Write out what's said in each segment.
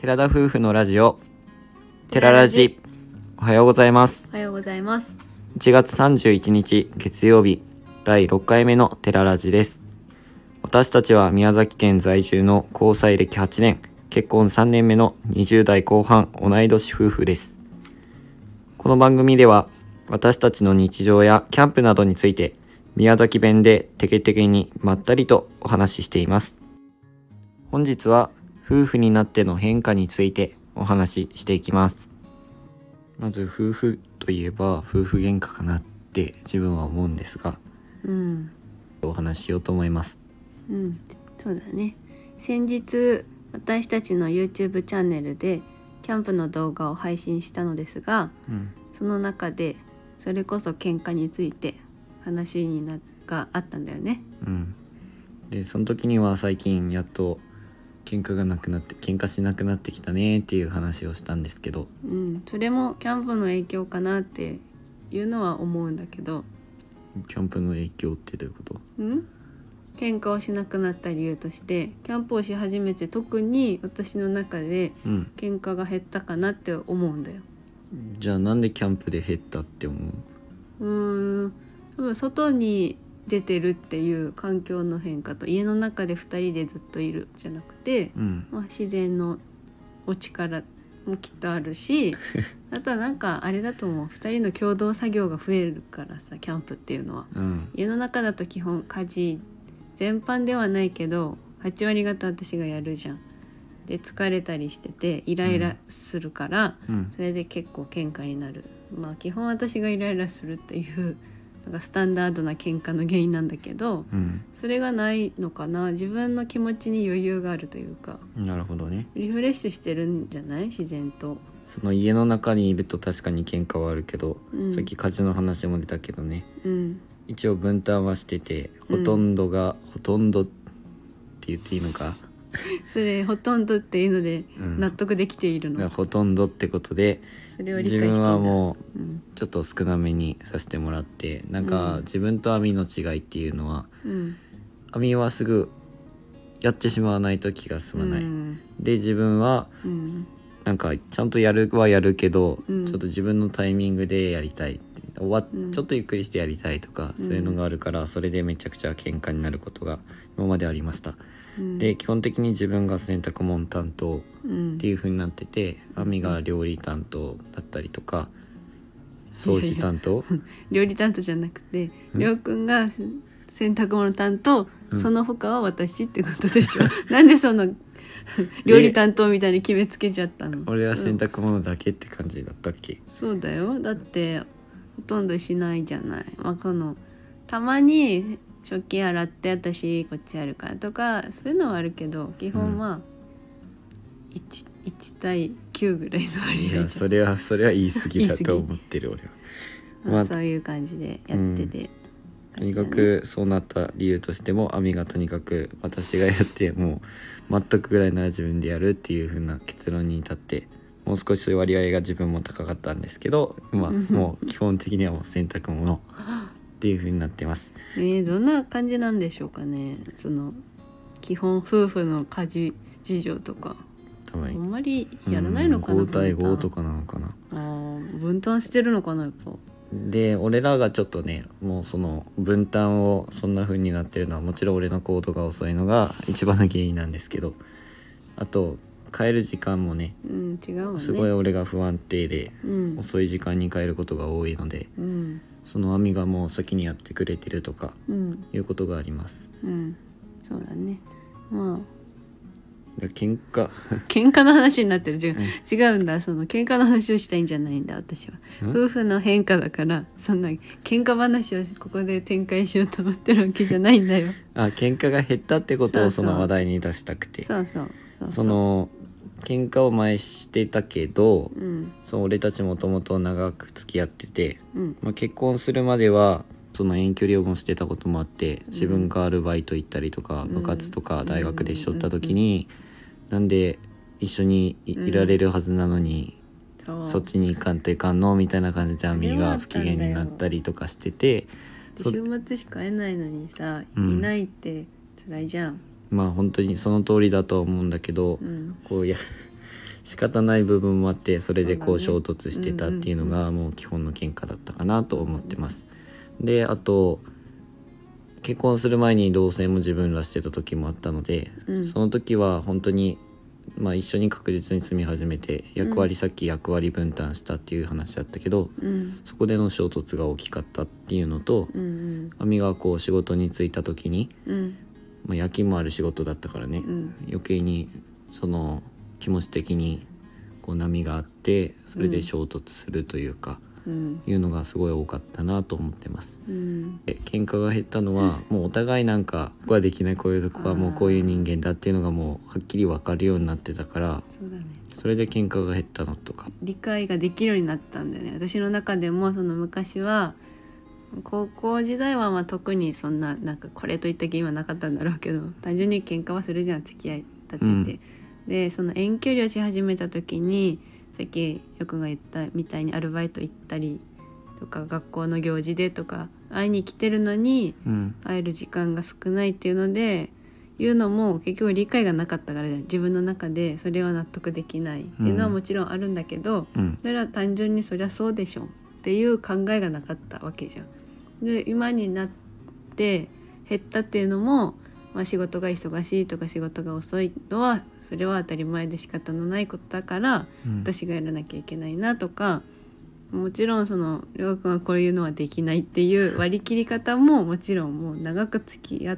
寺田夫婦のラジオテララジ。おはようございます。 おはようございます。 1月31日月曜日第6回目のテララジです。私たちは宮崎県在住の交際歴8年結婚3年目の20代後半同い年夫婦です。この番組では私たちの日常やキャンプなどについて宮崎弁でテケテケにまったりとお話ししています。本日は夫婦になっての変化についてお話ししていきます。まず夫婦といえば夫婦喧嘩かなって自分は思うんですが、お話ししようと思います。 そうだね。先日私たちの YouTube チャンネルでキャンプの動画を配信したのですが、その中でそれこそ喧嘩について話があったんだよね。 でその時には最近やっと喧嘩がなくなって喧嘩しなくなってきたねっていう話をしたんですけど、 それもキャンプの影響かなっていうのは思うんだけど。 キャンプの影響ってどういうこと？ 喧嘩をしなくなった理由としてキャンプをし始めて特に私の中で喧嘩が減ったかなって思うんだよ。 じゃあなんでキャンプで減ったって思う？ 多分外に出てるっていう環境の変化と家の中で2人でずっといるじゃなくて、自然のお力もきっとあるしあとはなんかあれだと思う、2人の共同作業が増えるからさ、キャンプっていうのは、家の中だと基本家事全般ではないけど8割方私がやるじゃん。で疲れたりしててイライラするから、それで結構喧嘩になる。基本私がイライラするっていうなんかスタンダードな喧嘩の原因なんだけど、それがないのかな。自分の気持ちに余裕があるというか。 なるほどね。 リフレッシュしてるんじゃない？自然と。 その家の中にいると確かに喧嘩はあるけど、さっき家事の話も出たけどね、一応分担はしてて、ほとんどって言っていいのかそれほとんどっていうので納得できているの？ ほとんどってことで、 それを理解してんだ。 自分はもうちょっと少なめにさせてもらって、なんか自分と網の違いっていうのは、網はすぐやってしまわないと気が済まない、で自分はなんかちゃんとやるはやるけど、ちょっと自分のタイミングでやりたい、ちょっとゆっくりしてやりたいとか、そういうのがあるから、それでめちゃくちゃ喧嘩になることが今までありました。で基本的に自分が洗濯物担当っていう風になってて、亜美が料理担当だったりとか、掃除担当料理担当じゃなくて、りょうくんが洗濯物担当、その他は私ってことでしょなんでその料理担当みたいに決めつけちゃったの？ 俺は洗濯物だけって感じだったっけ？ そうだよ。だってほとんどしないじゃない。たまに食器洗って私こっちやるからとか、そういうのはあるけど、基本は 1対9ぐらいの割合。 いやそれは言い過ぎだと思ってる俺は。 そういう感じでやってて、 とにかくそうなった理由としても、亜美がとにかく私がやってもう全くぐらいなら自分でやるっていう風な結論に至って、もう少し割合が自分も高かったんですけど、もう基本的にはもう洗濯物っていう風になってます。 どんな感じなんでしょうかね。その基本夫婦の家事事情とかあんまりやらないのかな。 5対5とかなのかな。 分担してるのかなやっぱ。 で俺らがちょっとね、もうその分担をそんな風になってるのは、もちろん俺の行動が遅いのが一番の原因なんですけど、あと帰る時間もね、 違うもんね。 すごい俺が不安定で、遅い時間に帰ることが多いので、その亜美がもう先にやってくれてるとか、いうことがあります。 そうだね。 喧嘩の話になってる。違うんだ。その喧嘩の話をしたいんじゃないんだ私は。夫婦の変化だから、そんな喧嘩話をここで展開しようと思ってるわけじゃないんだよ。 喧嘩が減ったってことをその話題に出したくて。その喧嘩を前していたけど、俺たちもともと長く付き合ってて、結婚するまではその遠距離をもしてたこともあって、自分がアルバイト行ったりとか、部活とか大学でしょった時に、なんで一緒にいられるはずなのに、そっちに行かんといかんのみたいな感じで亜美が不機嫌になったりとかしてて、 週末しか会えないのにさ、いないって辛いじゃん。 本当にその通りだとは思うんだけど、 仕方ない部分もあって、それでこう衝そうだね突してたっていうのがもう基本の喧嘩だったかなと思ってます。であと結婚する前に同棲も自分らしてた時もあったので、その時は本当に一緒に確実に住み始めてさっき役割分担したっていう話だったけど、そこでの衝突が大きかったっていうのと、亜美がこう仕事に就いた時に、夜勤もある仕事だったからね、余計にその気持ち的にこう波があって、それで衝突するというか、いうのがすごい多かったなと思ってます。で喧嘩が減ったのはもうお互いなんかここはできない、こういうとこはもうこういう人間だっていうのがもうはっきり分かるようになってたから、 そうだね、 それで喧嘩が減ったのとか理解ができるようになったんだよね。私の中でもその昔は高校時代は特にそんななんかこれといった原因はなかったんだろうけど、単純に喧嘩はするじゃん、付き合い立ってて、でその遠距離をし始めた時にさっきりょうくんが言ったみたいにアルバイト行ったりとか学校の行事でとか会いに来てるのに会える時間が少ないっていうので言うのも結局理解がなかったからじゃん。自分の中でそれは納得できないっていうのはもちろんあるんだけど、それは単純にそりゃそうでしょっていう考えがなかったわけじゃん。で今になって減ったっていうのも、仕事が忙しいとか仕事が遅いのはそれは当たり前で仕方のないことだから、私がやらなきゃいけないなとか、もちろんそのりょうくんはこういうのはできないっていう割り切り方ももちろんもう長く付き合って、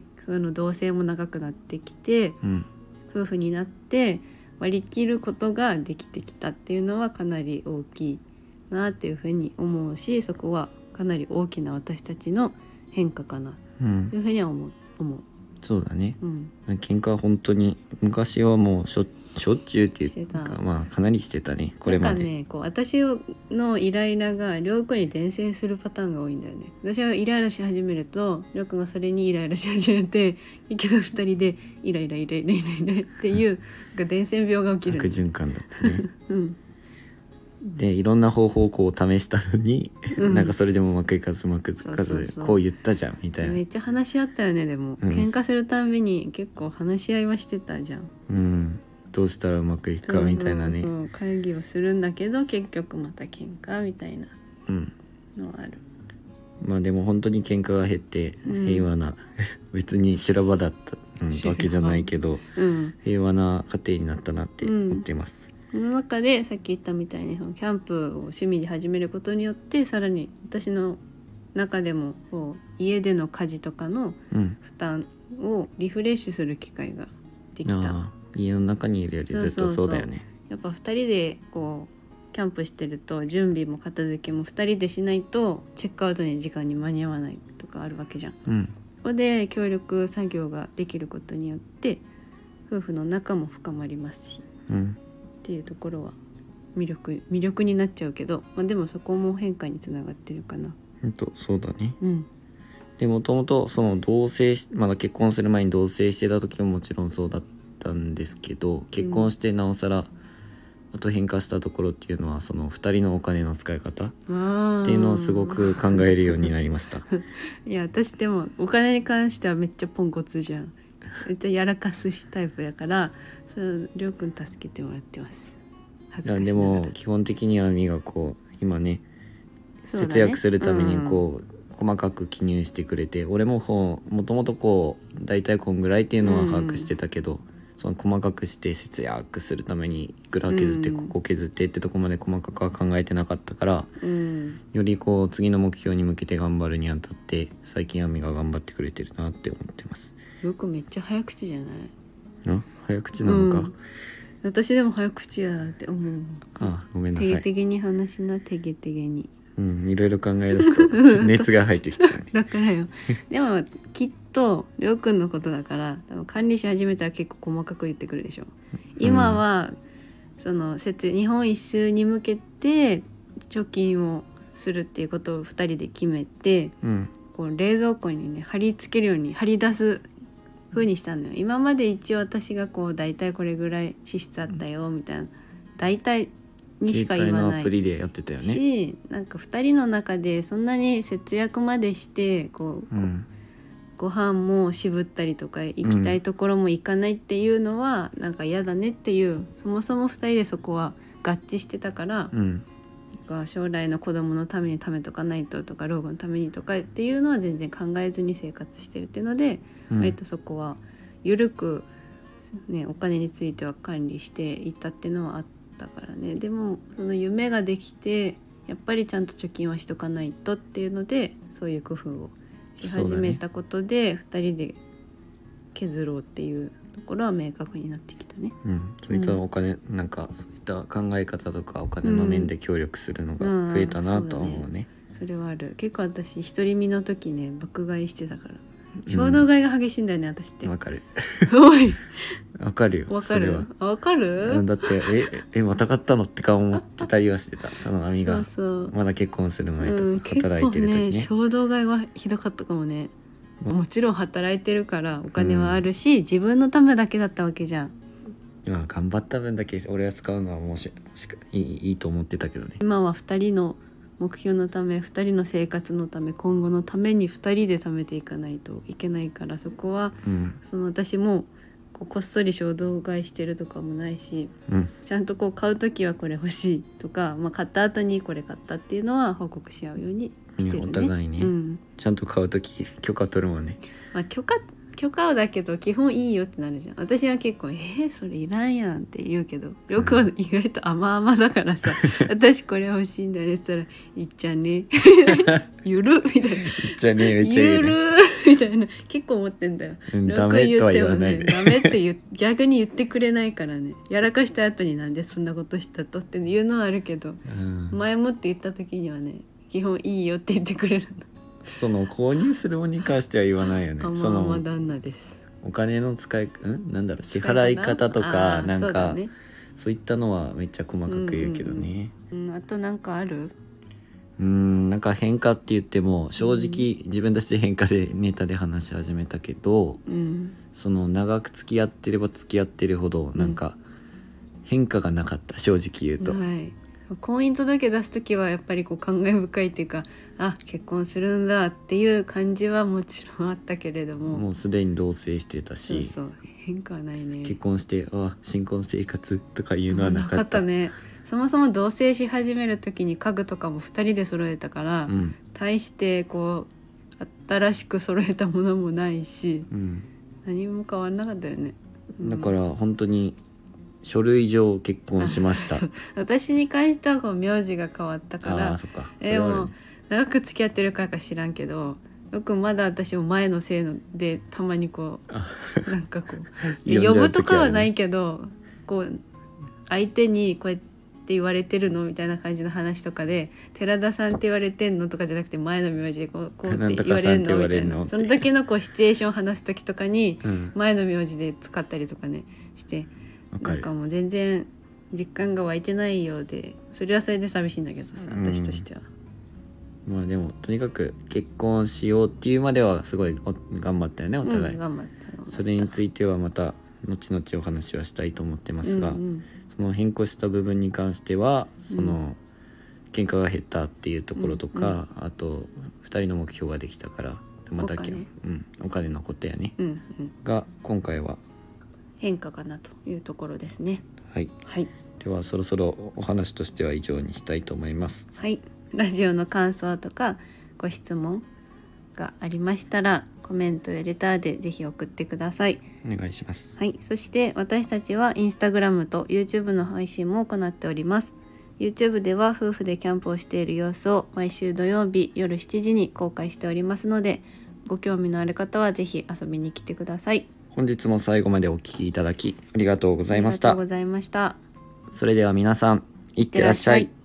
その同棲も長くなってきて、夫婦になって割り切ることができてきたっていうのはかなり大きいなっていうふうに思うし、そこはかなり大きな私たちの変化かなというふうには思う。 そうだね、喧嘩は本当に昔はもうしょっちゅうっていうかかなりしてたね、これまで。なんかね、 こう私のイライラがりょうくんに伝染するパターンが多いんだよね。私がイライラし始めるとりょうくんがそれにイライラし始めて、結局2人でイライラっていう伝染病が起きる。 悪循環だったねでいろんな方法をこう試したのに、なんかそれでもうまくいかずこう言ったじゃんみたいな。 めっちゃ話し合ったよね。でも、喧嘩するたんびに結構話し合いはしてたじゃん。 どうしたらうまくいくかみたいなね。 そう会議をするんだけど結局また喧嘩みたいなのはある。 でも本当に喧嘩が減って平和な、別に修羅場だった、わけじゃないけど、平和な家庭になったなって思ってます。 その中でさっき言ったみたいにそのキャンプを趣味で始めることによって、さらに私の中でもこう家での家事とかの負担をリフレッシュする機会ができた。 家の中にいるよりずっとそうだよね。 やっぱ2人でこうキャンプしてると準備も片付けも2人でしないとチェックアウトに時間に間に合わないとかあるわけじゃん。ここで協力作業ができることによって夫婦の仲も深まりますし、っていうところは魅力になっちゃうけど、でもそこも変化につながってるかな。 そうだね。でもともとその同棲まだ結婚する前に同棲してた時ももちろんそうだったんですけど、結婚してなおさらあと変化したところっていうのはその2人のお金の使い方っていうのをすごく考えるようになりましたいや私でもお金に関してはめっちゃポンコツじゃん。めっちゃやらかすタイプやから、りょうくん助けてもらってます。恥ずかしながら。でも基本的にはみがこう今ね節約するためにこう、細かく記入してくれて、俺ももともとこうだいたいこんぐらいっていうのは把握してたけど、その細かくして節約するためにいくら削ってここ削ってってとこまで細かくは考えてなかったから、よりこう次の目標に向けて頑張るにあたって最近亜美が頑張ってくれてるなって思ってます。 よくめっちゃ早口じゃない？ 早口なのか、 私でも早口やって思う。 ごめんなさい。 てげてげに話すな、てげてげに。 いろいろ考え出すと熱が入ってきちゃうねだからよ。でもきっとりょうくんのことだから多分管理し始めたら結構細かく言ってくるでしょ。今はその日本一周に向けて貯金をするっていうことを2人で決めて、こう冷蔵庫にね貼り付けるように貼り出す風にしたんだよ。今まで一応私がこう大体これぐらい支出あったよみたいな大体にしか言わない携帯のアプリでやってたよね。 し、なんか2人の中でそんなに節約までしてこう、 ご飯も渋ったりとか行きたいところも行かないっていうのはなんか嫌だねっていう、そもそも2人でそこは合致してたから、なんか将来の子供のために貯めとかないととか老後のためにとかっていうのは全然考えずに生活してるっていうので、割とそこは緩く、ね、お金については管理していったっていうのはあったからね。でもその夢ができてやっぱりちゃんと貯金はしとかないとっていうので、そういう工夫をし始めたことで、2人で削ろうっていうところは明確になってきたね。 そういったお金、なんかそういった考え方とかお金の面で協力するのが増えたなとは思うね。 それはある。結構私独り身の時ね爆買いしてたから、衝動買いが激しいんだよね、私って。 わかるおいわかるよ。 わかるわかる。 だってまた買ったのって顔思ってたりはしてた。その亜美がまだ結婚する前とか働いてる時ね、 結構ね衝動買いはひどかったかもね。もちろん働いてるからお金はあるし、自分のためだけだったわけじゃん。 頑張った分だけ俺は使うのはもしいいと思ってたけどね。 今は2人の目標のため、2人の生活のため、今後のために2人で貯めていかないといけないから、そこは、その私もこっそり衝動買いしてるとかもないし、ちゃんと買う時はこれ欲しいとか、買った後にこれ買ったっていうのは報告し合うようにしてるね。 お互いね、ちゃんと買う時許可取るもんね。 許可だけど基本いいよってなるじゃん。私は結構それいらんやんって言うけど、よくは意外と甘々だからさ、私これ欲しいんだよねって言ったらいっちゃねゆるみたいな、いっちゃねめっちゃゆるみたいな結構思ってんだよ。 ダメとは言わないね。 ダメって逆に言ってくれないからね。やらかした後になんでそんなことしたとって言うのはあるけど、前もって言った時にはね基本いいよって言ってくれるの。 その購入するものに関しては言わないよね。 その旦那です。 お金の使いなんだろう、支払い方とかなんかそういったのはめっちゃ細かく言うけどね。 あとなんかある？ なんか変化って言っても正直、自分たちで変化でネタで話し始めたけど、その長く付き合ってれば付き合ってるほどなんか変化がなかった、正直言うと。 婚姻届出す時はやっぱり感慨深いっていうか、結婚するんだっていう感じはもちろんあったけれども、 もうすでに同棲してたし、 変化はないね。 結婚して新婚生活とかいうのはなかった。 なかったね。そもそも同棲し始める時に家具とかも2人で揃えたから、対して新しく揃えたものもないし、何も変わんなかったよね。 だから本当に書類上結婚しました。 私に関しては名字が変わったから。でも長く付き合ってるからか知らんけど、よくまだ私も前のせいのでたまになんか呼ぶとかはないけど、相手にこうやって言われてるのみたいな感じの話とかで、寺田さんって言われてんのとかじゃなくて前の名字でこうって言われるのみたいな、その時のシチュエーションを話す時とかに前の名字で使ったりとかねして、なんかもう全然実感が湧いてないようで、それはそれで寂しいんだけどさ、私としては。 でもとにかく結婚しようっていうまではすごい頑張ったよね、お互い。 頑張った。 それについてはまた後々お話はしたいと思ってますが、その変更した部分に関してはその喧嘩が減ったっていうところとか、あと2人の目標ができたから、またお金のことやね、が今回は変化かなというところですね。 はい、ではそろそろお話としては以上にしたいと思います。 ラジオの感想とかご質問がありましたらコメントやレターでぜひ送ってください。 お願いします。 そして私たちはインスタグラムと YouTube の配信も行っております。 YouTube では夫婦でキャンプをしている様子を毎週土曜日夜7時に公開しておりますので、ご興味のある方はぜひ遊びに来てください。 本日も最後までお聞きいただきありがとうございました。 ありがとうございました。 それでは皆さんいってらっしゃい。